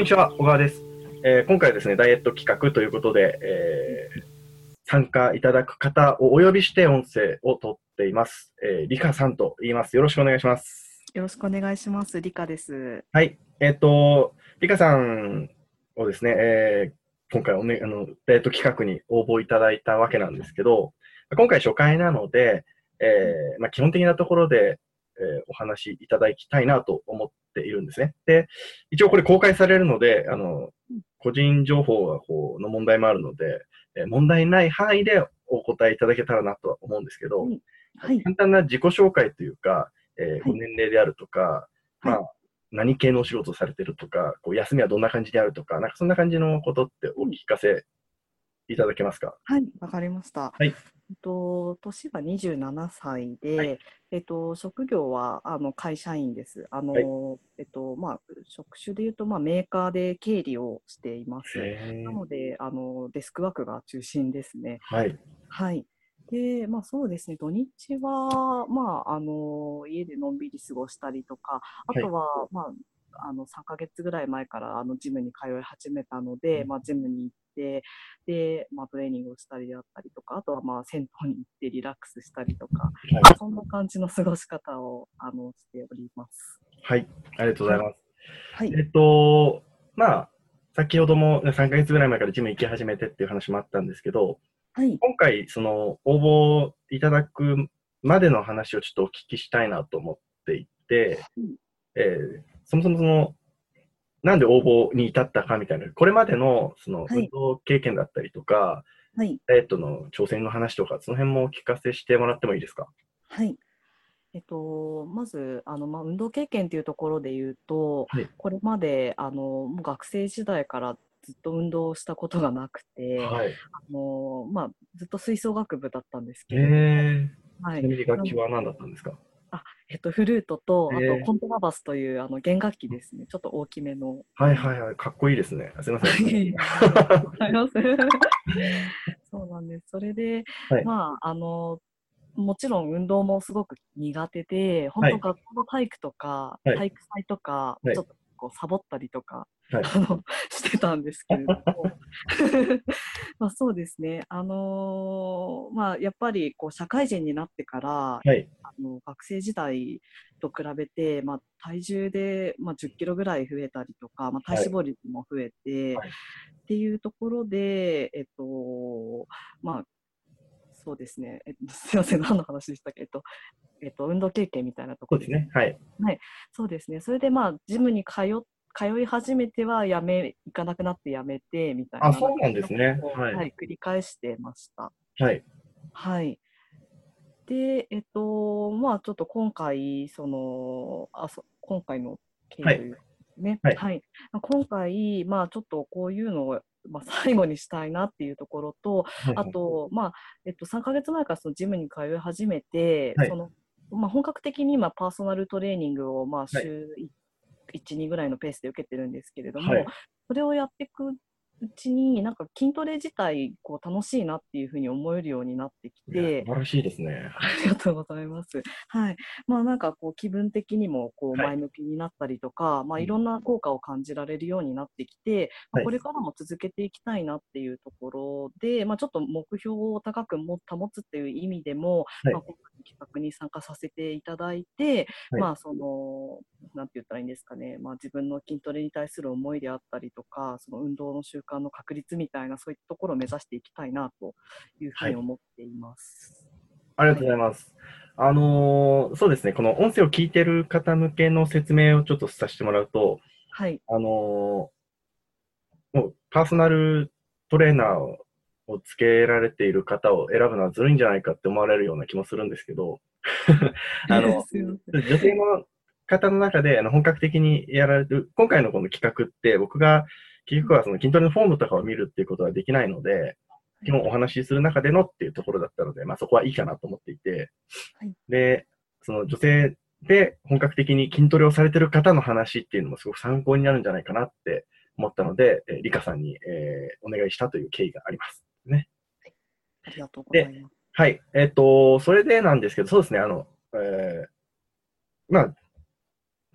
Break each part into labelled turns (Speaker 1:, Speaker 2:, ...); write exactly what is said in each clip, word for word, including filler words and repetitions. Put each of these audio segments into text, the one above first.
Speaker 1: にちは、小川です。えー今回はですね、ダイエット企画ということで、えー参加いただく方をお呼びして音声を取っています。えー、リカさんと言います。よろしくお願いします。
Speaker 2: よろしくお願いします。リカです。
Speaker 1: はい。えっと、リカさんをですね、えー今回おね、あの、ダイエット企画に応募いただいたわけなんですけど、今回初回なので、えーまあ、基本的なところで、えーお話しいただきたいなと思っているんですね。で、一応これ公開されるので、あの、個人情報がこうの問題もあるので、えー問題ない範囲でお答えいただけたらなとは思うんですけど、
Speaker 2: はい。はい。
Speaker 1: 簡単な自己紹介というか、えー
Speaker 2: はい。
Speaker 1: ご年齢であるとか、まあ、
Speaker 2: はい。
Speaker 1: 何系のお仕事をされてるとか、こう休みはどんな感じであるとか、なんかそんな感じのことってお聞かせいただけますか？
Speaker 2: はい。わかりました。
Speaker 1: はい。
Speaker 2: えっと、年はにじゅうななさい
Speaker 1: はい。
Speaker 2: で、えっと、職業は、あの、会社員です。あ
Speaker 1: はい。
Speaker 2: の、えっと、まあ、職種で言うと、まあ、メーカーで経理をしていま
Speaker 1: へ
Speaker 2: す。な
Speaker 1: え。
Speaker 2: ので、あの、デスクワークが中心ですね。
Speaker 1: はい。
Speaker 2: はい。で、まあそうですね、土日は、まあ、あの、家でのんびり過ごしたりとか、あ
Speaker 1: はい。
Speaker 2: とは、まあ、あの、さんかげつぐらい前から、あの、ジムに通い始めたので、まあ、ジムに行って、で、まあ、トレーニングをしたりだったりとか、あとは、まあ、銭湯に行ってリラックスしたりとか、まあ、
Speaker 1: はい。
Speaker 2: そんな感じの過ごし方を、あの、しております。
Speaker 1: はい。ありがとうご
Speaker 2: はい。
Speaker 1: ざいます。
Speaker 2: はい。
Speaker 1: えっと、まあ、先ほどもさんかげつぐらい前からジム行き始めてっていう話もあったんですけど、
Speaker 2: はい。
Speaker 1: 今回、その、応募いただくまでの話をちょっとお聞きしたいなと思っていて、えーそもそもその、なんで応募に至ったかみたいな、これまでのその
Speaker 2: はい。
Speaker 1: 運動経験だったりとか、
Speaker 2: はい。
Speaker 1: ダイエットの挑戦の話とか、その辺もお聞かせしてもらってもいいですか？
Speaker 2: はい。えっと、まず、あの、まあ、運動経験っていうところで言うと、
Speaker 1: はい。
Speaker 2: これまで、あの、もう学生時代からずっと運動をしたことがなくて、
Speaker 1: はい。
Speaker 2: あの、まあ、ずっと吹奏楽部だったんです
Speaker 1: え
Speaker 2: けれども、
Speaker 1: ー、
Speaker 2: はい。
Speaker 1: ちなみに楽
Speaker 2: なの
Speaker 1: 器は何だったんですか？
Speaker 2: あ、えっと、フルートと、あと、
Speaker 1: え
Speaker 2: コントラバスという、あの、弦楽器ですね。ちょっと大きめの、
Speaker 1: ー、は
Speaker 2: あの、
Speaker 1: いはいはい、かっこいいですね。すいません。
Speaker 2: はい、ありがとうございます。そうなんです。それで、
Speaker 1: はい。
Speaker 2: まあ、あの、もちろん運動もすごく苦手で、本
Speaker 1: はい。
Speaker 2: 当学校の体育とか、
Speaker 1: はい。
Speaker 2: 体育祭とか、
Speaker 1: はい。
Speaker 2: ちょっとこうサボったりとか、
Speaker 1: はい。
Speaker 2: あの、してたんですけれども、まあそうですね、あのーまあやっぱりこう社会人になってから、
Speaker 1: はい。
Speaker 2: あの学生時代と比べて、まあ、体重で、まあ、じゅっキロぐらい増えたりとか、まあ、体
Speaker 1: はい。
Speaker 2: 脂肪率も増えて、
Speaker 1: はい。
Speaker 2: っていうところで、えっと、まあそうですね、えっと、すいません、何の話でしたっけ、えっと、えっと、運動経験みたいなとこですね。
Speaker 1: そうですね。はい。
Speaker 2: はい、そうですね。それでまあ、ジムに通っ通い始めてはやめ、行かなくなってやめてみたい
Speaker 1: あ、
Speaker 2: な、
Speaker 1: そう
Speaker 2: なんかそんな
Speaker 1: なんですね。
Speaker 2: ことを、
Speaker 1: はい。
Speaker 2: はい、繰り返してました。
Speaker 1: はい。
Speaker 2: はい。で、えっと、まあ、ちょっと今回、その、あ、そ今回の経
Speaker 1: はい。
Speaker 2: 緯というかですね、
Speaker 1: はい。
Speaker 2: はい。今回、まあ、ちょっとこういうのを、まあ、最後にしたいなっていうところと、
Speaker 1: はい。
Speaker 2: あと、まあ、えっと、さんかげつまえからそのジムに通い始めて、
Speaker 1: はい。
Speaker 2: その、まあ、本格的に今、パーソナルトレーニングを、まあ、
Speaker 1: はい。
Speaker 2: 週いち、にぐらいのペースで受けてるんですけれども、
Speaker 1: はい。
Speaker 2: それをやっていくうちに、なんか筋トレ自体、こう、楽しいなっていうふうに思えるようになってき
Speaker 1: いや、素
Speaker 2: て、
Speaker 1: 晴らしいですね。
Speaker 2: ありがとうございます。はい。まあなんかこう気分的にもこう
Speaker 1: はい。
Speaker 2: 前向きになったりとか、まあ
Speaker 1: うん。
Speaker 2: いろんな効果を感じられるようになってきて、まあ、
Speaker 1: はい。
Speaker 2: これからも続けていきたいなっていうところで、まあちょっと目標を高くも保つっていう意味でも、
Speaker 1: はい。
Speaker 2: まあ今回の企画に参加させていただいて、
Speaker 1: はい。
Speaker 2: まあその、なんて言ったらいいんですかね、まあ自分の筋トレに対する思いであったりとか、その運動の習慣の確立みたいなそういったところを目指していきたいなというふう
Speaker 1: はい。
Speaker 2: に思っています。
Speaker 1: ありがとう
Speaker 2: はい。
Speaker 1: ございます。あのーそうですね、この音声を聞いてる方向けの説明をちょっとさせてもらうと、
Speaker 2: はい。
Speaker 1: あのーもうパーソナルトレーナーををつけられている方を選ぶのはずるいんじゃないかって思われるような気もするんですけど、あの、
Speaker 2: すいません。
Speaker 1: 女性の方の中であの本格的にやられる、今回のこの企画って僕が結局はその筋トレのフォームとかを見るっていうことはできないので、基
Speaker 2: はい。
Speaker 1: 本お話しする中でのっていうところだったので、まあそこはいいかなと思っていて、
Speaker 2: はい。
Speaker 1: で、その女性で本格的に筋トレをされてる方の話っていうのもすごく参考になるんじゃないかなって思ったので、えー、リカさんに、えーお願いしたという経緯があります。ね。
Speaker 2: はい。ありがとうござ
Speaker 1: で、
Speaker 2: います。
Speaker 1: はい。えっと、それでなんですけど、そうですね、あの、えーまあ、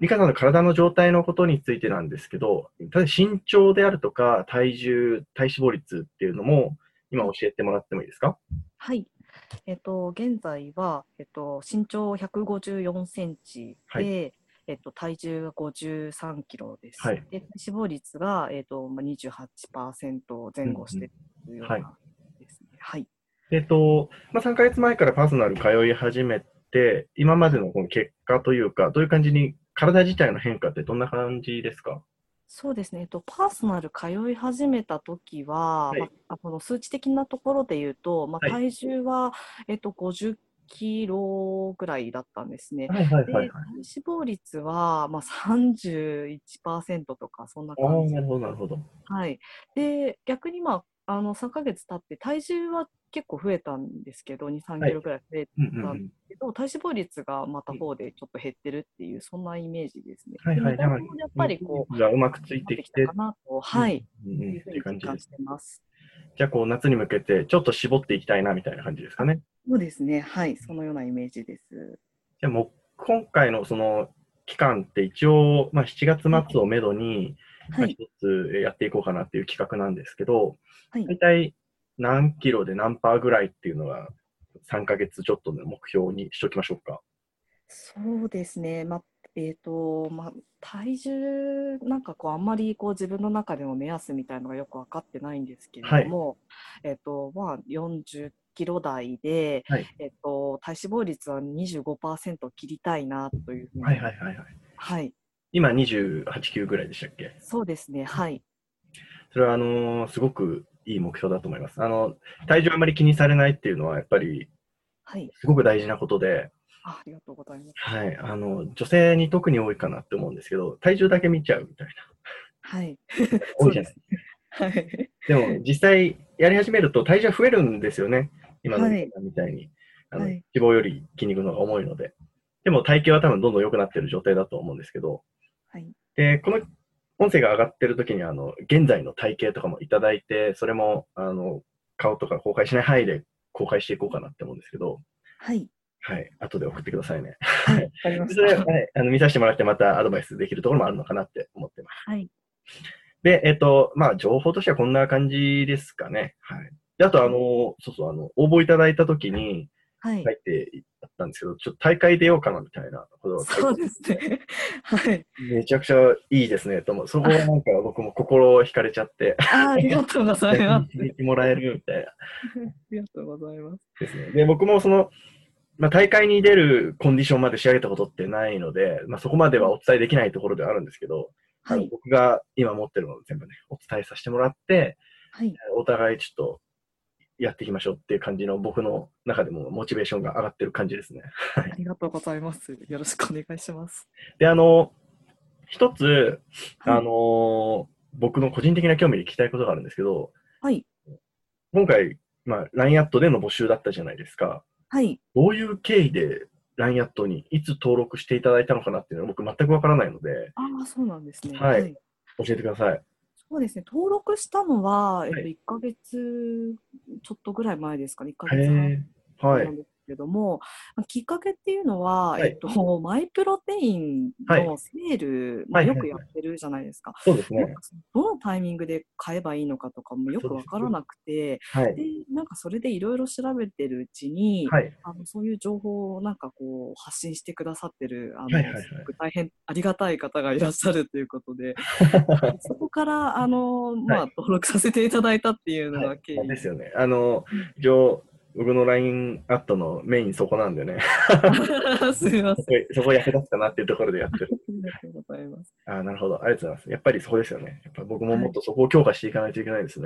Speaker 1: リカさんの体の状態のことについてなんですけど、例えば身長であるとか、体重、体脂肪率っていうのも、今
Speaker 2: はい。
Speaker 1: 教えてもらってもいいですか？
Speaker 2: はい。えっと、現在は、えっと、身長ひゃくごじゅうよんセンチ
Speaker 1: はい。
Speaker 2: で、えっと、体重がごじゅうさんキロです。
Speaker 1: はい。
Speaker 2: で、体脂肪率が、えっと、まあ、にじゅうはちパーセント
Speaker 1: うんうん。
Speaker 2: 前後しているよう
Speaker 1: はい。
Speaker 2: なですね。はい。
Speaker 1: えっと、まあ、さんかげつまえからパーソナル通い始めて、今ま
Speaker 2: はい。
Speaker 1: でのこの結果というか、どういう感じに、体自体の変化ってどんな感じですか？
Speaker 2: そうですね。えっと、パーソナル通い始めた時は、ま
Speaker 1: はい。
Speaker 2: あ、あこの数値的なところで言うと、まあ、
Speaker 1: はい。
Speaker 2: 体重は、えっと、ごじゅっキロぐらいだったんですね。
Speaker 1: はいはい
Speaker 2: で、
Speaker 1: はいはい。
Speaker 2: 体脂肪率は、まあ、さんじゅういちパーセントとか、そんな
Speaker 1: ああ、
Speaker 2: 感じ。
Speaker 1: なるほどなるほど。
Speaker 2: はい。で、逆に、まあ、あの、さんかげつ経って、体重は結構増えたんですけど、に、3
Speaker 1: はい。
Speaker 2: キロぐらい増え
Speaker 1: うんうんう
Speaker 2: たんです
Speaker 1: ん。
Speaker 2: けど、体脂肪率がまた
Speaker 1: うん。
Speaker 2: 方でちょっと減ってるっていう、そんなイメージですね。で、
Speaker 1: はいはい。だから、
Speaker 2: にほんともやっぱりこう、
Speaker 1: 筋肉がうまくつい
Speaker 2: なってきた
Speaker 1: てきて、
Speaker 2: かなと、
Speaker 1: うん
Speaker 2: はい、
Speaker 1: うんうん、っ
Speaker 2: いうふう
Speaker 1: ていう
Speaker 2: に実感し
Speaker 1: 感じです。
Speaker 2: てます。
Speaker 1: じゃあ、こう、夏に向けて、ちょっと絞っていきたいな、みたいな感じですか
Speaker 2: あ、
Speaker 1: ね。
Speaker 2: そうですね。はい、そのようなイメージです。
Speaker 1: じゃあ、もう、今回のその期間って一応、まあ、しちがつ
Speaker 2: はい、
Speaker 1: 末をめどに、まあ、
Speaker 2: はい、
Speaker 1: 一つやっていこうかなっていう企画なんですけど、
Speaker 2: はい。
Speaker 1: 大体何キロで何パーぐらいっていうのが、さんかげつちょっとの目標にしておきましょうか。
Speaker 2: そうですね。ま、えっと、ま、体重、なんかこう、あんまりこう自分の中でも目安みたいのがよく分かってないんですけれ
Speaker 1: はい。
Speaker 2: ども、えっと、まあ、よんじゅっキロ台で、
Speaker 1: はい。
Speaker 2: えっと、体脂肪率はにじゅうごパーセント切りたいなというふう
Speaker 1: はい
Speaker 2: に、
Speaker 1: はいはいはい。
Speaker 2: はい、
Speaker 1: 今にじゅうはち、きゅうぐらいでしたっけ？
Speaker 2: そうですね、はい、
Speaker 1: それは、あのーすごくいい目標だと思います。あの、体重あまり気にされないっていうのは、やっぱり、
Speaker 2: はい。
Speaker 1: すごく大事なことで、
Speaker 2: あ、ありがとうございます。
Speaker 1: はい。あの、女性に特に多いかなって思うんですけど、体重だけ見ちゃうみたいな。
Speaker 2: はい。
Speaker 1: 多いじゃない。
Speaker 2: そうですね。はい。
Speaker 1: でも、実際やり始めると体重は増えるんですよね。今のリカ
Speaker 2: はい。
Speaker 1: さんみたいに。あの、
Speaker 2: はい。
Speaker 1: 脂肪より筋肉の方が重いので。でも体型は多分どんどん良くなってる状態だと思うんですけど、
Speaker 2: はい。
Speaker 1: で、この音声が上がってる時に、あの、現在の体型とかもいただいて、それも、あの、顔とか公開しない範囲で公開していこうかなって思うんですけど、
Speaker 2: はい。
Speaker 1: はい。後で送ってくださいね。
Speaker 2: はい。わ
Speaker 1: はい。
Speaker 2: かりました。
Speaker 1: でそれ、はい。あの、見させてもらってまたアドバイスできるところもあるのかなって思ってます。
Speaker 2: はい。
Speaker 1: で、えっと、まあ、情報としてはこんな感じですかね。はい。で、あと、あ
Speaker 2: はい。
Speaker 1: の、そうそう、あの、応募いただいたときに
Speaker 2: はい。
Speaker 1: 書いてあったんですけど、ちょっと大会出ようかなみたいなことを書いて
Speaker 2: そうですね。はい。
Speaker 1: めちゃくちゃいいですね、と思う。そこはなんか僕も心惹かれちゃって、
Speaker 2: あ、ありがとうござい
Speaker 1: 逆に
Speaker 2: ます。
Speaker 1: 刺激もらえるみたいな
Speaker 2: ありがとうございます。
Speaker 1: ですね。で、僕もその、まあ、大会に出るコンディションまで仕上げたことってないので、まあ、そこまではお伝えできないところではあるんですけど、あの
Speaker 2: はい。
Speaker 1: 僕が今持ってるのを全部ね、お伝えさせてもらって、
Speaker 2: はい。
Speaker 1: お互いちょっとやっていきましょうっていう感じの僕の中でもモチベーションが上がってる感じですね。はい。
Speaker 2: ありがとうございます。よろしくお願いします。
Speaker 1: で、あの、一つ、あ
Speaker 2: はい。
Speaker 1: の、僕の個人的な興味で聞きたいことがあるんですけど、
Speaker 2: はい。
Speaker 1: 今回、まあ、ライン アットでの募集だったじゃないですか。
Speaker 2: はい。
Speaker 1: どういう経緯で ライン アットにいつ登録していただいたのかなっていうのは僕全くわからないので、
Speaker 2: ああ、そうなんですね。
Speaker 1: はい。
Speaker 2: はい。
Speaker 1: 教えてください。
Speaker 2: そうですね。登録したのは、えっと、
Speaker 1: はい。
Speaker 2: いっかげつちょっとぐらい前ですかね。いっかげつはん
Speaker 1: へえ。はい。
Speaker 2: なんですけども、ま、きっかけっていうのは、
Speaker 1: はい。
Speaker 2: えっと、マイプロテイン
Speaker 1: はい。
Speaker 2: のセール、ま、
Speaker 1: はい。はい。
Speaker 2: よくやっ
Speaker 1: はい。
Speaker 2: てるじゃないですか。なんか、
Speaker 1: そうですね。
Speaker 2: その、どのタイミングで買えばいいのかとかもよ
Speaker 1: そうです。
Speaker 2: くわからなくて、
Speaker 1: はい。
Speaker 2: で、なんかそれでいろいろ調べてるうちに、
Speaker 1: はい。
Speaker 2: あの、そういう情報をなんかこう発信してくださってる、あ
Speaker 1: はい。
Speaker 2: の、
Speaker 1: はい。
Speaker 2: すごく大変ありがたい方がいらっしゃるということで、はい、そこから、あの、
Speaker 1: はい。
Speaker 2: まあ、登録させていただいたっていうの
Speaker 1: はい。
Speaker 2: が経
Speaker 1: まあ、で
Speaker 2: 緯で。
Speaker 1: すよね。あの、
Speaker 2: うん。
Speaker 1: 一応、僕の ライン アットのメインそこなんでね。
Speaker 2: すみま
Speaker 1: そこ、
Speaker 2: せん。
Speaker 1: そこ役立つかなっていうところでやってる。
Speaker 2: ありがとうございます。
Speaker 1: ああ、なるほど。ありがとうございます。やっぱりそこですよね。やっぱ僕もも
Speaker 2: はい。
Speaker 1: っとそこを強化していかないといけないですね。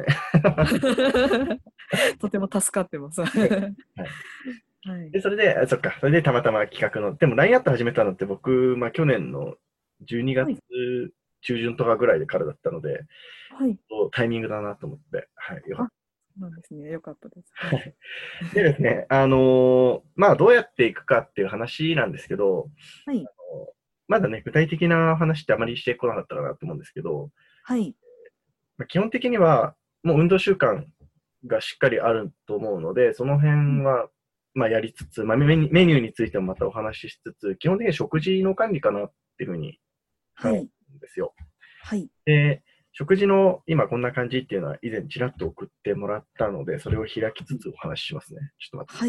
Speaker 2: とても助かってます。
Speaker 1: はい。
Speaker 2: はい。
Speaker 1: で、それで、あそっか、それでたまたま企画の、でも ライン アット始めたのって僕、まあ去年の12月
Speaker 2: はい。
Speaker 1: 中旬とかぐらいでからだったので、
Speaker 2: はい。
Speaker 1: タイミングだなと思って、はい、よかっ
Speaker 2: あ、そうなんですね。良かったです。は
Speaker 1: た。
Speaker 2: い。
Speaker 1: はい。でですね、あのーまあどうやっていくかっていう話なんですけど、
Speaker 2: はい。
Speaker 1: あのまだね、具体的な話ってあまりしてこなかったかなと思うんですけど、
Speaker 2: はい。
Speaker 1: まあ、基本的にはもう運動習慣がしっかりあると思うので、その
Speaker 2: うん。
Speaker 1: 辺は、まあ、やりつつ、まあ、メニューメニューについてもまたお話ししつつ、基本的に食事の管理かなっていうふうに
Speaker 2: はい。
Speaker 1: んですよ。
Speaker 2: はい。
Speaker 1: で、食事の今こんな感じっていうのは以前ちらっと送ってもらったので、それを開きつつお話ししますね。ちょっと待ってくださ
Speaker 2: はい。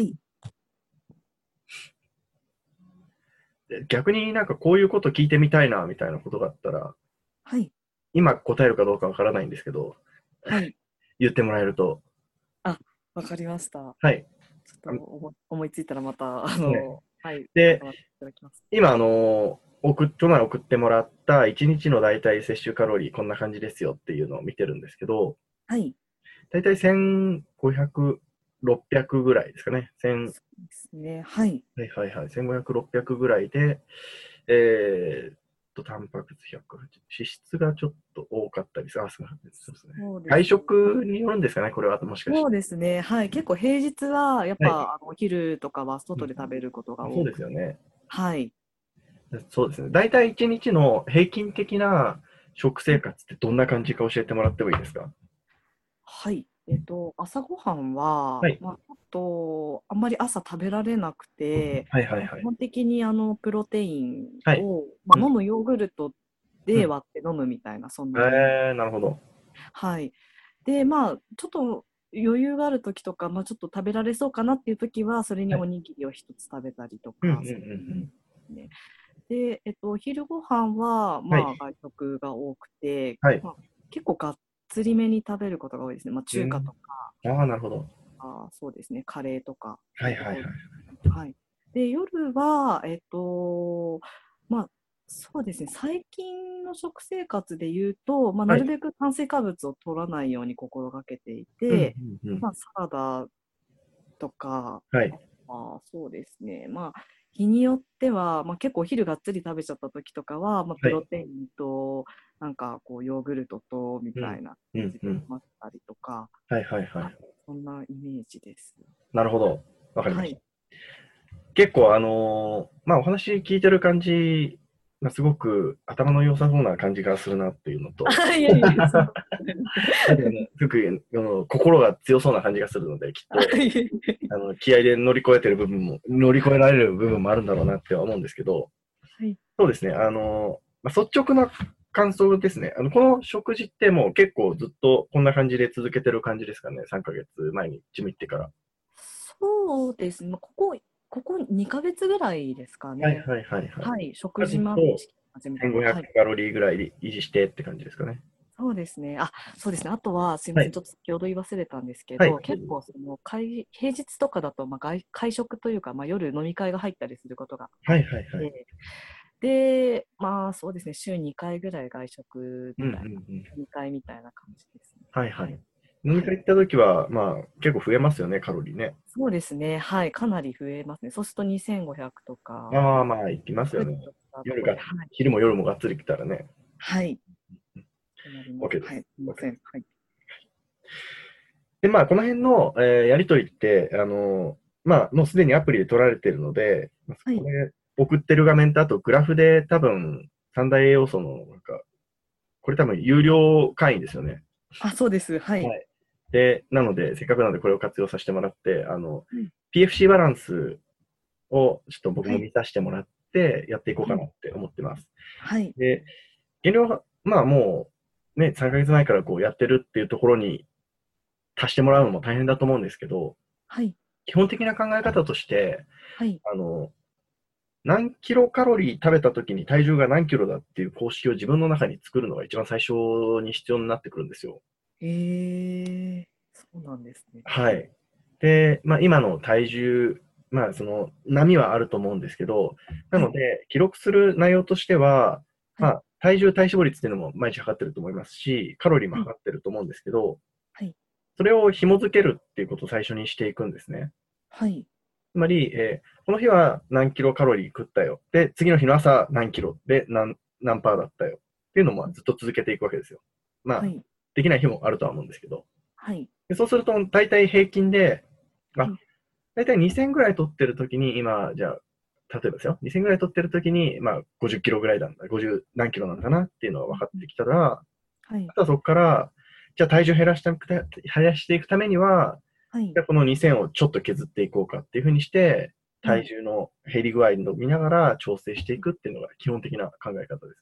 Speaker 1: い。で逆になんかこういうこと聞いてみたいなみたいなことがあったら、
Speaker 2: はい。
Speaker 1: 今答えるかどうかわからないんですけど、
Speaker 2: はい。
Speaker 1: 言ってもらえると、
Speaker 2: あ、わかりました。
Speaker 1: はい。
Speaker 2: ちょっと思思いついたらまた、あ
Speaker 1: ね、
Speaker 2: の、はい、
Speaker 1: で、
Speaker 2: 伺わせていただきます。
Speaker 1: 今、あの送っ、都内送ってもらったいちにちの大体摂取カロリーこんな感じですよっていうのを見てるんですけど、
Speaker 2: はい。
Speaker 1: 大体せんごひゃく、ろっぴゃくぐらいですかね。いち
Speaker 2: そうですね。はい。
Speaker 1: はいはいはい。せんごひゃく、ろっぴゃくぐらいで、えーっと、タンパク質ひゃくはち、脂質がちょっと多かったりする。あ、そうですね。外
Speaker 2: そうですね。
Speaker 1: 食によるんですかね、これはもしかし
Speaker 2: そう
Speaker 1: て。
Speaker 2: ですね。はい。結構平日は、やっ
Speaker 1: はい。
Speaker 2: ぱ、あのお昼とかは
Speaker 1: うん、
Speaker 2: 外で食べることが
Speaker 1: そうで
Speaker 2: 多くて。
Speaker 1: すよね。
Speaker 2: はい。
Speaker 1: そうですね。大体いちにちの平均的な食生活ってどんな感じか教えてもらってもいいですか？
Speaker 2: はい。えっと、朝ごはんは、
Speaker 1: はい。
Speaker 2: まあ、ちょっと、あんまり朝食べられなくて、まあ、
Speaker 1: はいはいはい。
Speaker 2: 基本的にあのプロテイン
Speaker 1: はい。
Speaker 2: を、まあ、
Speaker 1: うん。
Speaker 2: 飲むヨーグルト
Speaker 1: うん。
Speaker 2: で割って飲むみたいな、そんなイメージ。
Speaker 1: えー、なるほど。
Speaker 2: はい。で、まあ、ちょっと余裕がある時とか、まあ、ちょっと食べられそうかなっていう時は、それに
Speaker 1: はい。
Speaker 2: おにぎりを一つ食べたりとか、
Speaker 1: うんうんうんう
Speaker 2: そういうイメージ
Speaker 1: ん。
Speaker 2: ですね。で、えっと、お昼ご飯は、
Speaker 1: はい。
Speaker 2: まあ、外食が多くて、
Speaker 1: はい。
Speaker 2: まあ、結構がっつりめに食べることが多いですね。まあ、
Speaker 1: うん。
Speaker 2: 中華とか、
Speaker 1: ああ、なるほど。
Speaker 2: あ、そうですね、カレーとかっていうところ。
Speaker 1: はいはいはい。
Speaker 2: はい。で、夜は、えっと、まあ、そうですね、最近の食生活で言うと、まあ、なる
Speaker 1: はい。
Speaker 2: べく炭水化物を取らないように心がけてい
Speaker 1: うん
Speaker 2: て、
Speaker 1: うんうん。
Speaker 2: まあ、サラダとか、
Speaker 1: はい。
Speaker 2: まあ、そうですね、まあ、日によっては、まあ、結構お昼がっつり食べちゃった時とかは、まあ、プロ
Speaker 1: はい。
Speaker 2: テインと、なんかこう、ヨーグルトと、み
Speaker 1: うん。
Speaker 2: たいな感じで済
Speaker 1: うんうん。
Speaker 2: ませたりとか、
Speaker 1: はいはいは
Speaker 2: はい、
Speaker 1: い。
Speaker 2: そんなイメージです。
Speaker 1: なるほど。わかりま
Speaker 2: はい。
Speaker 1: した。結構あのーまあお話聞いてる感じ、まあ、すごく頭の良さそうな感じがするなっていうのと、
Speaker 2: あ、いえいえ、そんなこ
Speaker 1: あ
Speaker 2: とないです。
Speaker 1: とね、すごくあの心が強そうな感じがするので、きっ
Speaker 2: あ、
Speaker 1: と
Speaker 2: いえいえ。
Speaker 1: あの気合で乗り越えてる部分も、乗り越えられる部分もあるんだろうなっては思うんですけど、
Speaker 2: はい。
Speaker 1: そうですね、あのまあ、率直な感想ですね。あのこの食事ってもう結構ずっとこんな感じで続けてる感じですかね、さんかげつまえにジム行ってから。
Speaker 2: そうですね。まあここ、ここにかげつぐらいですか
Speaker 1: はい
Speaker 2: ね。
Speaker 1: はいはいはい。
Speaker 2: はい。食事ま
Speaker 1: ずっと
Speaker 2: で意識始めたのは。
Speaker 1: せんごひゃく
Speaker 2: はい。
Speaker 1: カロリーぐらいで維持してって感じですかね。
Speaker 2: そうですね。あ、そうですね。あとは、すいません。
Speaker 1: はい。
Speaker 2: ちょっと先ほど言い忘れたんですけ
Speaker 1: はい。
Speaker 2: ど、結構、その、会、平日とかだと、まあ、外、会食というか、まあ、夜飲み会が入ったりすることがあっ
Speaker 1: はいはいはい。
Speaker 2: て、で、まあ、そうですね。週にかいぐらい外食
Speaker 1: うんうん
Speaker 2: みたいな、
Speaker 1: うん。
Speaker 2: 飲み会みたいな感じですね。はい。
Speaker 1: はいはい。飲み
Speaker 2: はい。
Speaker 1: 会行った時は、まあ、結構増えますよね、カロリーね。
Speaker 2: そうですね。はい。かなり増えますね。そうするとにせんごひゃくとか、
Speaker 1: ああ、
Speaker 2: まあ、
Speaker 1: まあ、行きますよね。
Speaker 2: ざっくりとしたところで、
Speaker 1: 夜が、
Speaker 2: はい。
Speaker 1: 昼も夜もがっつり来たらね。
Speaker 2: はい。となります。
Speaker 1: OK で
Speaker 2: はい。
Speaker 1: す。
Speaker 2: すみま
Speaker 1: OK
Speaker 2: せん。
Speaker 1: です。
Speaker 2: はい。
Speaker 1: で、まあ、この辺の、えーやりとりって、あのまあ、もうすでにアプリで取られているので、まあ
Speaker 2: はい。
Speaker 1: これ、送ってる画面と、あとグラフで多分、三大栄養素の、なんか、これ多分有料会員ですよね。
Speaker 2: あ、そうです。はい。
Speaker 1: はい。で、なので、せっかくなのでこれを活用させてもらって、あの、
Speaker 2: はい。
Speaker 1: ピーエフシー バランスをちょっと僕
Speaker 2: はい。
Speaker 1: も見させてもらってやっていこう
Speaker 2: はい。
Speaker 1: かなって思ってます。
Speaker 2: はい。
Speaker 1: で、減量は、まあもうね、さんかげつまえからこうやってるっていうところに足してもらうのも大変だと思うんですけど、
Speaker 2: はい。
Speaker 1: 基本的な考え方として、
Speaker 2: はい。
Speaker 1: あの、何キロカロリー食べた時に体重が何キロだっていう公式を自分の中に作るのが一番最初に必要になってくるんですよ。
Speaker 2: ええ、そうなんですね。
Speaker 1: はい。で、まあ、今の体重、まあ、その波はあると思うんですけど、な
Speaker 2: はい。
Speaker 1: ので、記録する内容としては、
Speaker 2: はい。
Speaker 1: まあ、体重体脂肪率っていうのも毎日測ってると思いますし、カロリーも
Speaker 2: はい。
Speaker 1: 測ってると思うんですけど、
Speaker 2: はい。
Speaker 1: それを紐付けるっていうことを最初にしていくんですね。
Speaker 2: はい。
Speaker 1: つまり、えーこの日は何キロカロリー食ったよ。で、次の日の朝何キロで何、何パーだったよ。っていうのもずっと続けていくわけですよ。まあ、
Speaker 2: はい。
Speaker 1: できない日もあるとは思うんですけど。
Speaker 2: はい。
Speaker 1: でそうすると、大体平均で、あ、
Speaker 2: はい。
Speaker 1: 大体にせんぐらい取ってるときに、今、じゃあ、例えばですよ、にせんぐらい取ってるときに、まあ、ごじゅっキロぐらいなんだ、ごじゅう何キロなんだなっていうのが分かってきたら、
Speaker 2: はい。
Speaker 1: あとはそこから、じゃあ体重減らしていくた、減らしていくためには、
Speaker 2: はい。
Speaker 1: じゃあこのにせんをちょっと削っていこうかっていうふうにして、
Speaker 2: はい。
Speaker 1: 体重の減り具合を見ながら調整していくっていうのが基本的な考え方ですね。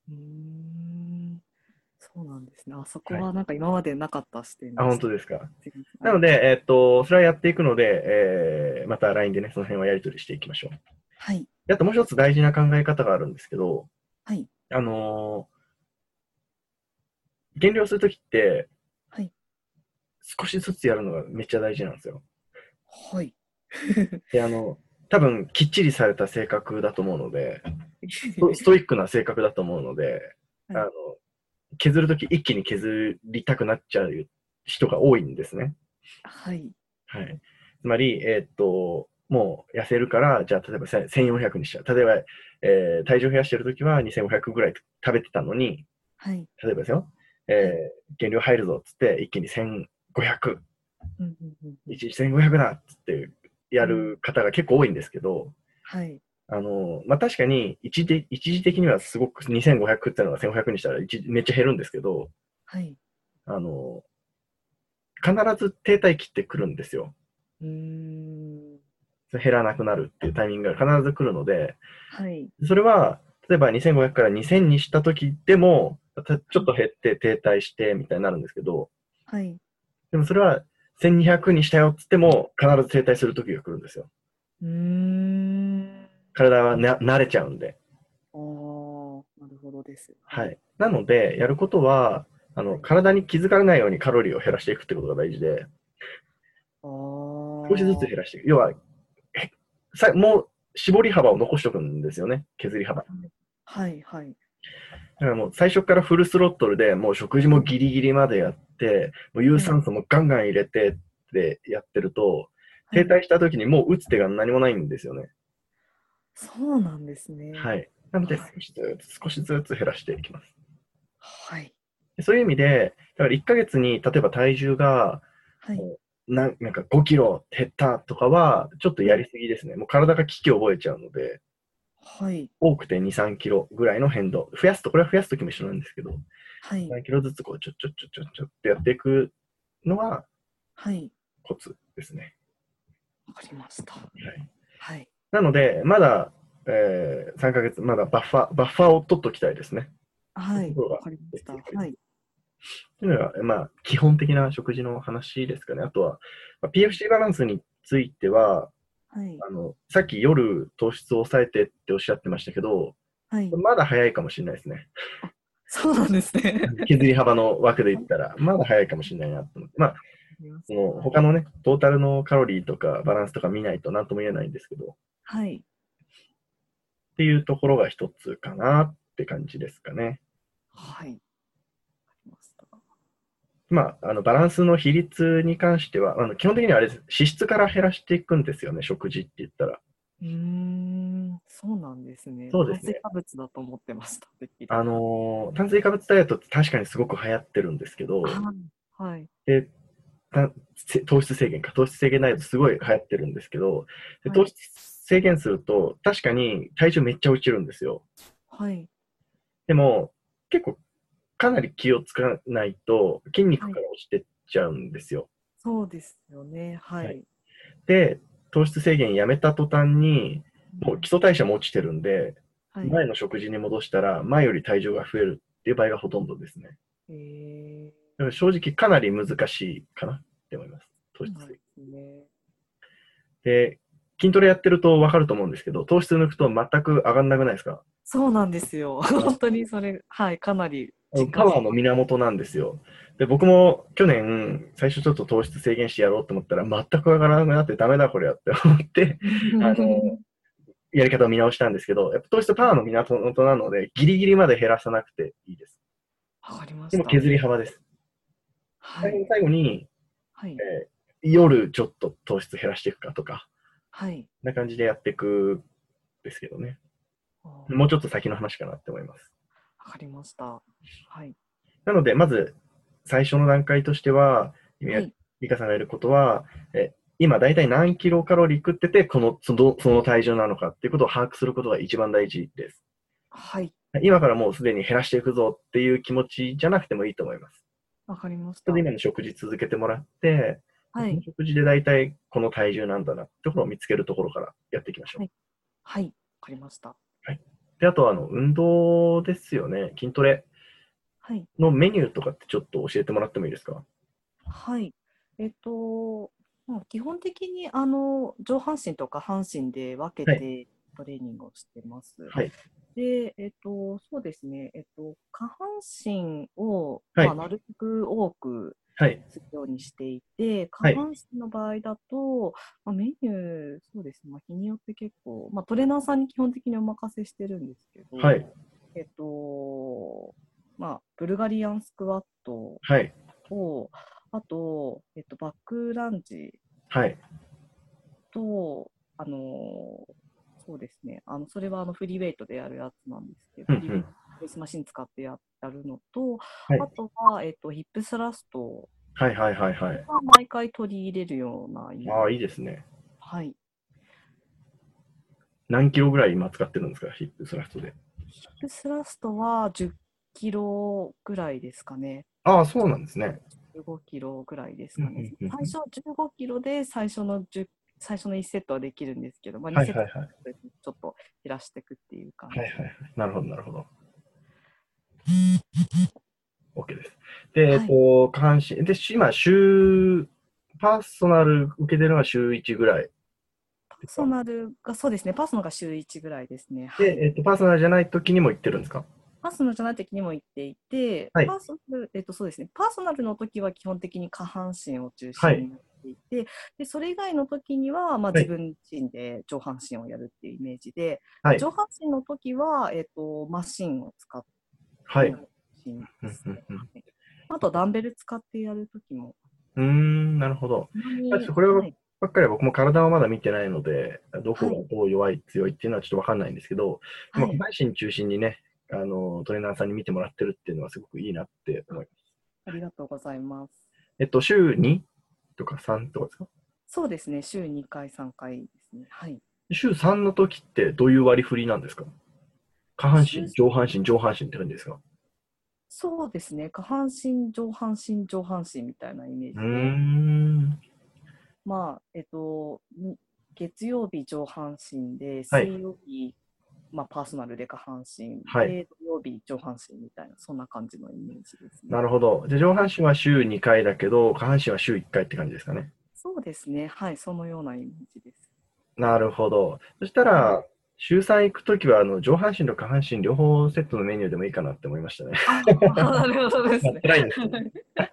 Speaker 2: うーん、そうなんですね。あそこ
Speaker 1: はい。
Speaker 2: はなんか今までなかった視点
Speaker 1: あ、
Speaker 2: でした。
Speaker 1: 本当ですか。
Speaker 2: すいません。ありがとう。
Speaker 1: なので、えっと、それはやっていくので、えーまた ライン でね、その辺はやり取りしていきましょう。
Speaker 2: はい。
Speaker 1: であともう一つ大事な考え方があるんですけど、
Speaker 2: はい。
Speaker 1: あのー減量するときって、
Speaker 2: はい。
Speaker 1: 少しずつやるのがめっちゃ大事なんですよ。
Speaker 2: はい。
Speaker 1: で、あの、多分きっちりされた性格だと思うので、ストストイックな性格だと思うので、
Speaker 2: はい。
Speaker 1: あの、削るとき一気に削りたくなっちゃう人が多いんですね。
Speaker 2: はい。
Speaker 1: はい。つまり、えーっと、もう痩せるから、じゃあ例えばせせんよんひゃくにしちゃう。例えば、えー体重増やしてるときはにせんごひゃくぐらい食べてたのに、
Speaker 2: はい。
Speaker 1: 例えばですよ、
Speaker 2: はい。
Speaker 1: えー減量入るぞっつって一気にせんごひゃく、
Speaker 2: うん、うん、うん、うん。
Speaker 1: いちにちせんごひゃくだっつってや
Speaker 2: うん、
Speaker 1: る方が結構多いんですけど、
Speaker 2: はい。
Speaker 1: あの、まあ、確かに一時一時的にはすごくにせんごひゃくっていうのがせんごひゃくにしたら一めっちゃ減るんですけど、
Speaker 2: はい。
Speaker 1: あの、必ず停滞期ってくるんですよ。
Speaker 2: うーん。
Speaker 1: 減らなくなるっていうタイミングが必ず来るので、
Speaker 2: はい。
Speaker 1: それは、例えばにせんごひゃくからにせんにした時でも、ちょっ
Speaker 2: はい。
Speaker 1: と減って停滞してみたいになるんですけど、
Speaker 2: はい。
Speaker 1: でもそれはせんにひゃくにしたよっつっても、必ず停滞する時が来るんですよ。
Speaker 2: うーん。
Speaker 1: 体はな慣れちゃうんで。
Speaker 2: ああ、なるほどです。はい。
Speaker 1: はい。なので、やることは、あの、
Speaker 2: はい。
Speaker 1: 体に気づかれないようにカロリーを減らしていくってことが大事で、
Speaker 2: あ
Speaker 1: 少しずつ
Speaker 2: あ。
Speaker 1: 減らしていく。要は、さもう絞り幅を残しておくんですよね。削り幅。
Speaker 2: はい。はい。
Speaker 1: だからもう最初からフルスロットルでもう食事もギリギリまでやって、もう有
Speaker 2: はい。
Speaker 1: 酸素もガンガン入れてってやってると、停
Speaker 2: はい。
Speaker 1: 滞した時にもう打つ手が何もないんですよね。
Speaker 2: そうなんですね。
Speaker 1: はい。なので
Speaker 2: はい。
Speaker 1: 少しずつ、少しずつ減らしていきます。
Speaker 2: はい。
Speaker 1: でそういう意味で、だからいっかげつに例えば体重が
Speaker 2: はい。
Speaker 1: もうななんかごキロ減ったとかはちょっとやり
Speaker 2: はい。
Speaker 1: すぎですね。もう体が危機を覚えちゃうので、
Speaker 2: はい。
Speaker 1: 多くてに、さんキロぐらいの変動。増やすと、これは増やすときも一緒なんですけど、
Speaker 2: はい。
Speaker 1: さんキロずつこうちょちょちょちょちょってやっていくのが
Speaker 2: はい。
Speaker 1: コツですね。
Speaker 2: わかりました。
Speaker 1: はい。
Speaker 2: はい。
Speaker 1: なので、まだ、えー、さんかげつ、まだバッファー、バッファーを取っておきたいですね。と
Speaker 2: はい。
Speaker 1: いうところが
Speaker 2: わかりました。
Speaker 1: 正解です。
Speaker 2: はい。
Speaker 1: というのが、まあ、基本的な食事の話ですかね。あとは、まあ、ピーエフシー バランスについては、
Speaker 2: はい。
Speaker 1: あの、さっき夜糖質を抑えてっておっしゃってましたけど、
Speaker 2: はい。
Speaker 1: まだ早いかもしれないですね。
Speaker 2: あ、そうなんですね。
Speaker 1: 削り幅の枠で言
Speaker 2: はい。
Speaker 1: ったら、まだ早いかもしれないなと思って。まあ、
Speaker 2: わかりました。
Speaker 1: その
Speaker 2: はい。
Speaker 1: 他のね、トータルのカロリーとかバランスとか見ないと何とも言えないんですけど、っ
Speaker 2: はい。
Speaker 1: ていうところが一つかなって感じですかね。
Speaker 2: はい。わかりました。
Speaker 1: まあ、あのバランスの比率に関しては、あの基本的にはあれです。脂質から減らしていくんですよね、食事って言ったら。
Speaker 2: うーん、そうなんですね。炭水
Speaker 1: そうですね。
Speaker 2: 化物だと思ってました、てっきり。
Speaker 1: あのー炭水化物ダイエットって確かにすごく流行ってるんですけど、
Speaker 2: あ、はい。
Speaker 1: でた糖質制限か、糖質制限ダイエットすごい流行ってるんですけど、で
Speaker 2: はい。
Speaker 1: 糖質制限すると、確かに体重めっちゃ落ちるんですよ。
Speaker 2: はい。
Speaker 1: でも、結構かなり気をつかないと筋肉
Speaker 2: はい。
Speaker 1: から落ちてっちゃうんですよ。
Speaker 2: そうですよね。は
Speaker 1: はい、
Speaker 2: い。
Speaker 1: で、糖質制限やめた途端に、もう基
Speaker 2: うん、
Speaker 1: 礎代謝も落ちてるんで、
Speaker 2: はい。
Speaker 1: 前の食事に戻したら前より体重が増えるっていう場合がほとんどですね。
Speaker 2: えー、
Speaker 1: だから正直かなり難しいかなって思います。糖質制限。
Speaker 2: そうなんですね。
Speaker 1: で、筋トレやってると分かると思うんですけど、糖質抜くと全く上がんなくないですか？
Speaker 2: そうなんですよ。本当にそれ、はい、かなり実
Speaker 1: パワーの
Speaker 2: 感します。
Speaker 1: 源なんですよ。で、僕も去年、最初ちょっと糖質制限してやろうと思ったら、全く上がらなくなってダメだこれやって思って、あの、やり方を見直したんですけど、やっぱ糖質パワーの源なので、ギリギリまで減らさなくていいです。
Speaker 2: わかりました。
Speaker 1: でも削り幅です。
Speaker 2: はい。
Speaker 1: 最後に最後に、
Speaker 2: はい。
Speaker 1: えー夜ちょっと糖質減らしていくかとか、
Speaker 2: はい。
Speaker 1: こんな感じでやっていくんですけどね。
Speaker 2: あー、
Speaker 1: もうちょっと先の話かなって思います。
Speaker 2: わかりました。はい。
Speaker 1: なので、まず最初の段階としては、
Speaker 2: はい。
Speaker 1: リカさんがやることは、え今大体何キロカロリー食ってて、このそのその体重なのかっていうことを把握することが一番大事です。
Speaker 2: はい。
Speaker 1: 今からもうすでに減らしていくぞっていう気持ちじゃなくてもいいと思います。
Speaker 2: わかりまし
Speaker 1: それで
Speaker 2: た。
Speaker 1: 今の食事続けてもらって、
Speaker 2: はい。
Speaker 1: この食事で大体この体重なんだなってところを見つけるところからやっていきましょう。
Speaker 2: はい。はい。わかりました。
Speaker 1: はい。 で、あとはあの運動ですよね。筋トレ
Speaker 2: はい。
Speaker 1: のメニューとかってちょっと教えてもらってもいいですか？
Speaker 2: はい。えっと、まあ、基本的にあの上半身と下半身で分け
Speaker 1: はい。
Speaker 2: てトレーニングをしてます。
Speaker 1: はい。
Speaker 2: で、えっと、そうですね、えっと、下半身を、まあ、
Speaker 1: はい。
Speaker 2: なるべく多く
Speaker 1: はい。
Speaker 2: するようにしていて、下
Speaker 1: はい。
Speaker 2: 半身の場合だと、まあ、メニュー、そうですね、まあ、日によって結構、まあ、トレーナーさんに基本的にお任せしてるんですけど、
Speaker 1: はい。
Speaker 2: えっと、まあ、ブルガリアンスクワット
Speaker 1: はい。
Speaker 2: と、あと、えっと、バックランジ
Speaker 1: はい。
Speaker 2: と、あの、そうですね、あの、それはあのフリーウェイトでやるやつなんですけど、フリーウェイト、
Speaker 1: うんうん。
Speaker 2: ベースマシン使ってややるのと、
Speaker 1: はい。
Speaker 2: あとは、えっと、ヒップスラスト
Speaker 1: はいはいはいはい。
Speaker 2: は毎回取り入れるようなイメー
Speaker 1: ああ、いい
Speaker 2: ジ。
Speaker 1: ですね。
Speaker 2: はい。
Speaker 1: 何キロぐらい今使ってるんですか、ヒップスラストで。
Speaker 2: ヒップスラストはじゅっキロぐらいですかね。
Speaker 1: ああ、そうなんですね。
Speaker 2: じゅうごキロぐらいです
Speaker 1: うんう
Speaker 2: かね。
Speaker 1: んうんうん。
Speaker 2: 最初じゅうごキロで最初のじゅう最初のいちセットはできるんですけど、まあ、にセット
Speaker 1: はいはいはい。
Speaker 2: ちょっと減らしていくっていう感じで。
Speaker 1: はいはいはい。なるほどなるほど。OK です。で、えっ
Speaker 2: はい。
Speaker 1: と、下半身。で、今、週、パーソナル受けてるのは週いちぐらい
Speaker 2: パーソ
Speaker 1: ですか？
Speaker 2: ナルが、そうですね。パーソナルが週いちぐらいですね。は
Speaker 1: で、
Speaker 2: い。
Speaker 1: えっと、パーソナルじゃない時にも行ってるんですか？
Speaker 2: パーソナルじゃない時にも言っていて、
Speaker 1: はい。
Speaker 2: パーソナル、えっと、そうですね。パーソナルの時は基本的に下半身を中
Speaker 1: はい。
Speaker 2: 心にやっていて、で、それ以外の時には、まあ、
Speaker 1: はい。
Speaker 2: 自分自身で上半身をやるっていうイメージで、
Speaker 1: はい。
Speaker 2: 上半身の時は、えっと、マシンを使
Speaker 1: はい。
Speaker 2: うのが中心
Speaker 1: う
Speaker 2: ですね。
Speaker 1: んうんうん。
Speaker 2: はい。あと、ダンベル使ってやる時も、
Speaker 1: うーん、なるほど。
Speaker 2: たま
Speaker 1: あちょっと
Speaker 2: に、
Speaker 1: これば
Speaker 2: はい。
Speaker 1: っかりは僕も体はまだ見てないので、どこが
Speaker 2: はい。
Speaker 1: どう弱い、強いっていうのはちょっとわかんないんですけど、まあ、下
Speaker 2: はい。
Speaker 1: 半身中心にね、あの、トレーナーさんに見てもらってるっていうのはすごくいいなって思
Speaker 2: あ、
Speaker 1: います。
Speaker 2: ありがとうございます。
Speaker 1: えっと、週にとかさんとかですか？
Speaker 2: そうですね。週にかい、さんかいですね。はい。
Speaker 1: 週さんの時ってどういう割り振りなんですか？下半
Speaker 2: 週、
Speaker 1: 身、上半身、上半身って感じですか？
Speaker 2: そうですね。下半身、上半身、上半身みたいなイメー
Speaker 1: うー
Speaker 2: ジで、
Speaker 1: ん。
Speaker 2: まあ、えっと、に月曜日上半身で、
Speaker 1: はい。
Speaker 2: 水曜日、まあ、パーソナルで下半身
Speaker 1: はい。
Speaker 2: で、土曜日上半身みたいな、そんな感じのイメージですね。
Speaker 1: なるほど。で、上半身は週にかいだけど、下半身は週いっかいって感じですかね。
Speaker 2: そうですね。はい。そのようなイメージです。
Speaker 1: なるほど。そした
Speaker 2: はい。
Speaker 1: ら、週さん行くときは、あの、上半身と下半身両方セットのメニューでもいいかなって思いましたね。
Speaker 2: ああ、なるほどで
Speaker 1: まあ、
Speaker 2: すね。
Speaker 1: 辛いんですけど。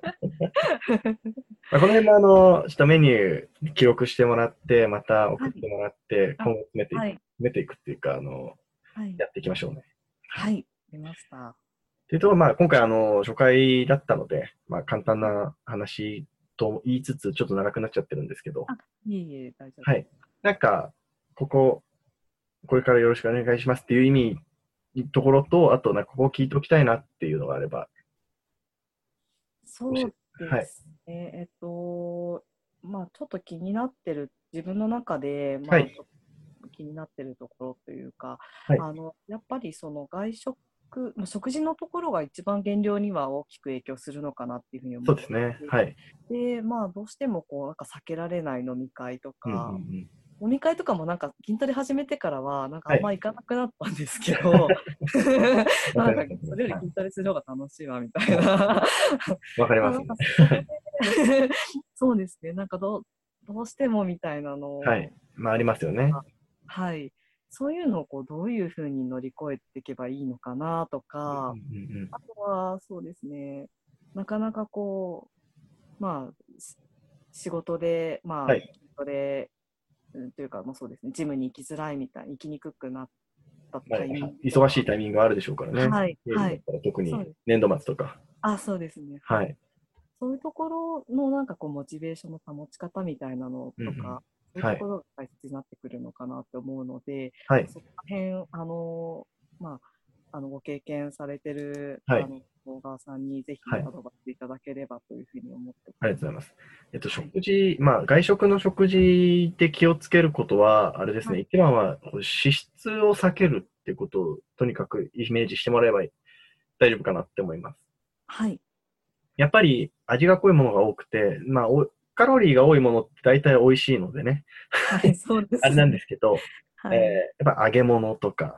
Speaker 1: まあ、この辺も、あの、ちょっとメニュー記録してもらって、また送って
Speaker 2: はい。
Speaker 1: もらって、
Speaker 2: あ、
Speaker 1: 今後詰めていく、詰
Speaker 2: はい。
Speaker 1: めていくっていうか、あの、
Speaker 2: はい。
Speaker 1: やっていきましょうね。はい。
Speaker 2: はい。出ました。
Speaker 1: というと、まあ、今回、あの、初回だったので、まあ、簡単な話と言いつつ、ちょっと長くなっちゃってるんですけど、
Speaker 2: あ、いえいえ、大丈夫
Speaker 1: はい。なんか、ここ、これからよろしくお願いしますっていう意味、ところと、あと、なんかここを聞いておきたいなっていうのがあれば、教え
Speaker 2: そう
Speaker 1: はい。
Speaker 2: ですね。えっと、まあ、ちょっと気になってる、自分の中で、まあ、
Speaker 1: はい。
Speaker 2: ちょっと気になってるところというか、
Speaker 1: はい。
Speaker 2: あの、やっぱりその外食、まあ、食事のところが一番減量には大きく影響するのかなっていうふうに思っ
Speaker 1: そうですね。
Speaker 2: て
Speaker 1: はい。
Speaker 2: て、で、まあ、どうしてもこう、なんか避けられない飲み会と
Speaker 1: うんうんう
Speaker 2: か、
Speaker 1: ん。
Speaker 2: 飲み会とかもなんか筋トレ始めてからは、なんかあんま
Speaker 1: はい。
Speaker 2: 行かなくなったんですけど、なんか
Speaker 1: わかります。わかります。
Speaker 2: それより
Speaker 1: はい。
Speaker 2: 筋トレする方が楽しいわみたい
Speaker 1: はい。
Speaker 2: な。
Speaker 1: わかり
Speaker 2: まあ、
Speaker 1: ますね。
Speaker 2: なんかそれでそうですね、なんかどうどうしてもみたいなの
Speaker 1: はい。まあ、ありますよね。
Speaker 2: が、はい、そういうのをこうどういうふうに乗り越えていけばいいのかなとか、
Speaker 1: うんうんうん。
Speaker 2: あとはそうですね、なかなかこう、まあ、し仕事で、まあ、
Speaker 1: はい。
Speaker 2: 筋トレうんというか、もうそうですね、ジムに行きづらいみたい、行きにくくなった
Speaker 1: まあ、
Speaker 2: タイミングとか、
Speaker 1: 忙しいタイミングがあるでしょうからね。
Speaker 2: はい、
Speaker 1: 経理
Speaker 2: はい、
Speaker 1: だったら特に
Speaker 2: そうです。
Speaker 1: 年度末とか。
Speaker 2: あ、そうですね、はい。
Speaker 1: はい。
Speaker 2: そういうところのなんかこうモチベーションの保ち方みたいなの
Speaker 1: うんうん。
Speaker 2: とか、そういう
Speaker 1: はい。
Speaker 2: ところが大切になってくるのかなって思うので、
Speaker 1: はい。
Speaker 2: そこら辺、あの、まあ、あのご経験されてる
Speaker 1: はい。
Speaker 2: あの小川さんにぜ
Speaker 1: はい。
Speaker 2: ひアドバイスいただければというふうに思って
Speaker 1: ありがとうご
Speaker 2: ます。
Speaker 1: ざいます。えっと、
Speaker 2: はい。
Speaker 1: 食事、まあ、外食の食事で気をつけることは、あれですね、
Speaker 2: はい。
Speaker 1: 一番は脂質を避けるってことを、とにかくイメージしてもらえば大丈夫かなって思います。
Speaker 2: はい。
Speaker 1: やっぱり味が濃いものが多くて、まあ、おカロリーが多いものって大体美味しいのでね、
Speaker 2: はい。そうで
Speaker 1: あれなんで
Speaker 2: すね。
Speaker 1: すけど、えー
Speaker 2: はい。
Speaker 1: やっぱ揚げ物とか、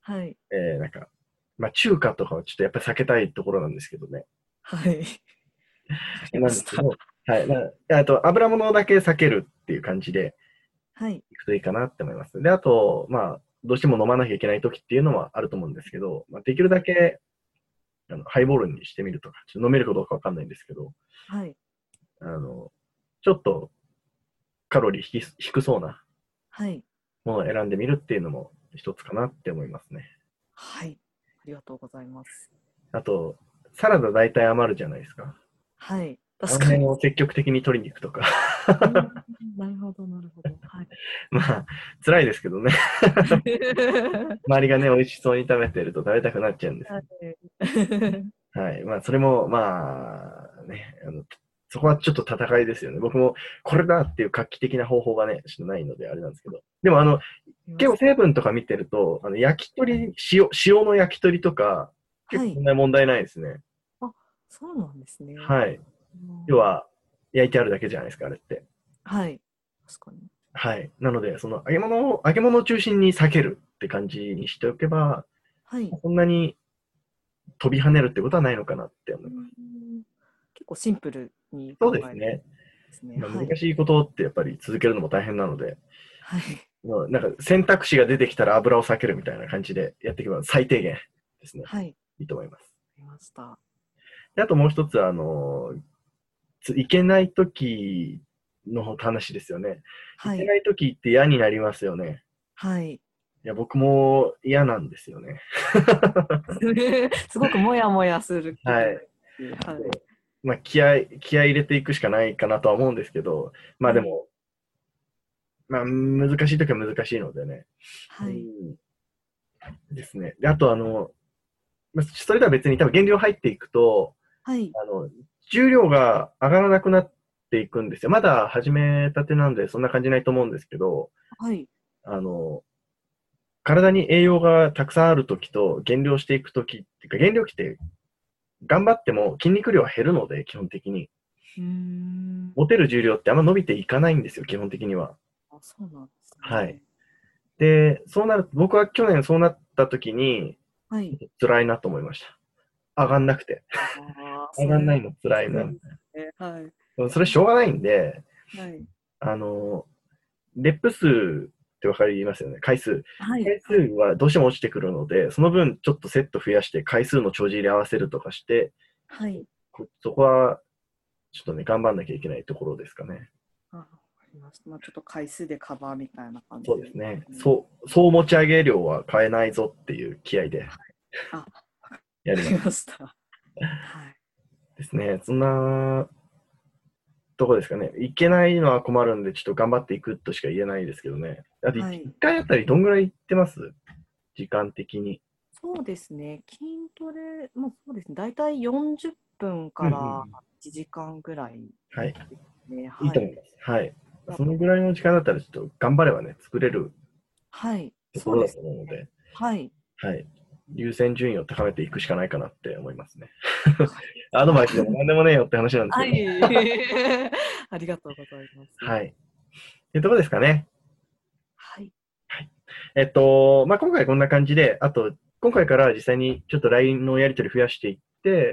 Speaker 2: はい。
Speaker 1: えー、なんか、まあ中華とかはちょっとやっぱり避けたいところなんですけどね。
Speaker 2: はい。わかりました。
Speaker 1: なんですけど、はい。なあと、油物だけ避けるっていう感じで
Speaker 2: はい。
Speaker 1: いくといいかなって思います。で、あと、まあ、どうしても飲まなきゃいけない時っていうのはあると思うんですけど、まあ、できるだけあのハイボールにしてみるとか、ちょっと飲めるかどうかわかんないんですけど、
Speaker 2: はい。
Speaker 1: あの、ちょっとカロリー低低そうな
Speaker 2: はい。
Speaker 1: ものを選んでみるっていうのも一つかなって思いますね。
Speaker 2: はい。ありがとうございます。
Speaker 1: あと、サラダ大体余るじゃないですか。
Speaker 2: はい。
Speaker 1: あの
Speaker 2: 確かに。
Speaker 1: 辺を積極的に取りに行くとか。
Speaker 2: うん、なるほど、なるほど。はい。
Speaker 1: まあ、辛いですけどね。周りがね、美味しそうに食べてると食べたくなっちゃうんです。
Speaker 2: はい。
Speaker 1: はい。まあ、それも、まあ、ね、あの、そこはちょっと戦いですよね。僕もこれだっていう画期的な方法がね、ちょっとないのであれなんですけど。でも、あの、結構成分とか見てると、あの、焼き鳥、塩、塩の焼き鳥とか、結
Speaker 2: はい。
Speaker 1: 構そんな問題ないですね。
Speaker 2: あ、そうなんですね。
Speaker 1: はい。
Speaker 2: うん、
Speaker 1: 要は、焼いてあるだけじゃないですか、あれって。
Speaker 2: はい。確かに。
Speaker 1: はい。なので、その揚げ物を、揚げ物を中心に避けるって感じにしておけば、
Speaker 2: はい。
Speaker 1: そんなに飛び跳ねるってことはないのかなって思
Speaker 2: う
Speaker 1: います。
Speaker 2: ん、結構シンプルに
Speaker 1: そう
Speaker 2: 考えるんで
Speaker 1: ですね。
Speaker 2: すね。
Speaker 1: まあ、
Speaker 2: はい。
Speaker 1: 難しいことってやっぱり続けるのも大変なので、
Speaker 2: はい。
Speaker 1: もうなんか選択肢が出てきたら油を避けるみたいな感じでやっていけば最低限ですね。
Speaker 2: はい。
Speaker 1: いいと思います。
Speaker 2: ありました。
Speaker 1: であともう一つ、あの、いけない時の話ですよね。い
Speaker 2: はい。
Speaker 1: けない時って嫌になりますよね。
Speaker 2: はい。
Speaker 1: いや、僕も嫌なんですよね。
Speaker 2: すごくもやもやする時があ
Speaker 1: はい。
Speaker 2: って、はい。
Speaker 1: まあ、気合、気合い入れていくしかないかなとは思うんですけど、まあ
Speaker 2: はい。
Speaker 1: でも、まあ、難しい時は難しいのでね。う
Speaker 2: はい。
Speaker 1: んですね。で、あと、あの、まあそれとは別に多分原料入っていくと、
Speaker 2: はい。
Speaker 1: あの、重量が上がらなくなっていくんですよ。まだ始めたてなんでそんな感じないと思うんですけど、
Speaker 2: はい。
Speaker 1: あの、体に栄養がたくさんあるときと減量していくときっていうか、減量期って頑張っても筋肉量は減るので、基本的に。
Speaker 2: うーん。
Speaker 1: 持てる重量ってあんま伸びていかないんですよ、基本的には。
Speaker 2: あ、そうなんです
Speaker 1: はい。
Speaker 2: ね。
Speaker 1: で、そうなる、僕は去年そうなったときに、
Speaker 2: はい。
Speaker 1: 辛いなと思いました。上がんなくて。
Speaker 2: ああ、
Speaker 1: 上
Speaker 2: それは
Speaker 1: がんないの辛いな。
Speaker 2: そうですね。はい。
Speaker 1: それしょうがないんで、
Speaker 2: はい。
Speaker 1: あの、レップ数ってわかりますよね。回数。
Speaker 2: はい。
Speaker 1: 回数
Speaker 2: はい。
Speaker 1: はどうしても落ちてくるので、その分ちょっとセット増やして回数の帳尻合わせるとかして、
Speaker 2: はい。
Speaker 1: こそこはちょっとね、頑張んなきゃいけないところですかね。
Speaker 2: あ、わかりました。まあ、ちょっと回数でカバーみたいな感じで。
Speaker 1: そうですね。
Speaker 2: うん、
Speaker 1: そう、総持ち上げ量は変えないぞっていう気合で
Speaker 2: あ、わかり
Speaker 1: やります。
Speaker 2: ました。はい。
Speaker 1: ですね。そんなとこですかね。いけないのは困るんで、ちょっと頑張っていくとしか言えないですけどね。あと、1
Speaker 2: はい。
Speaker 1: 回あたりどんぐらい行ってます時間的に。
Speaker 2: そうですね。筋トレ、まあ、そうですね。大体よんじゅっぷん
Speaker 1: うんうんう
Speaker 2: から
Speaker 1: ん。
Speaker 2: いちじかんぐらい
Speaker 1: はい。
Speaker 2: ですね。はい。
Speaker 1: いいと思います。はい。
Speaker 2: あと、
Speaker 1: そのぐらいの時間だったら、ちょっと頑張ればね、作れる
Speaker 2: はい。
Speaker 1: ところだと
Speaker 2: そうですね。
Speaker 1: 思うので、
Speaker 2: はい。
Speaker 1: はい。優先順位を高めていくしかないかなって思いますね。
Speaker 2: わかりま
Speaker 1: アドバイスでも
Speaker 2: した。
Speaker 1: 何でもねえよって話なんですけど。
Speaker 2: はい。ありがとうございます。
Speaker 1: はい。っていうところですかね。
Speaker 2: はい。
Speaker 1: はい。えっと、まあ、今回こんな感じで、あと、今回から実際にちょっと ライン のやり取り増やしていって、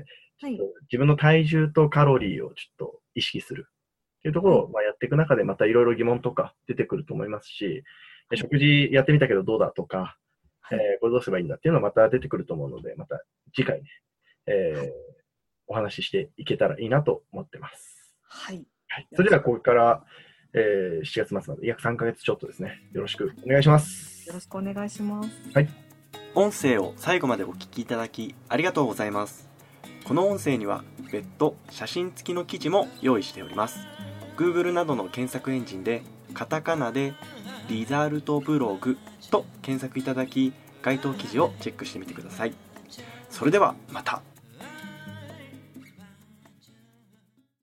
Speaker 2: はい。
Speaker 1: ちょっと自分の体重とカロリーをちょっと意識するっていうとこ
Speaker 2: はい。
Speaker 1: ろをまあやっていく中でまたいろいろ疑問とか出てくると思いますし、
Speaker 2: はい。
Speaker 1: 食事やってみたけどどうだとか、えー
Speaker 2: はい。
Speaker 1: これどうすればいいんだっていうのはまた出てくると思うので、また次回ね、えーお話ししていけたらいいなと思ってます。
Speaker 2: はい。
Speaker 1: はい。それではここから、えーしちがつ末まで約さんかげつちょっとですね、よろしくお願いします。
Speaker 2: よろしくお願いします。
Speaker 1: はい。
Speaker 3: 音声を最後までお聞きいただきありがとうございます。この音声には別途写真付きの記事も用意しております。 Google などの検索エンジンでカタカナでリザルトブログと検索いただき該当記事をチェックしてみてください。それではまた。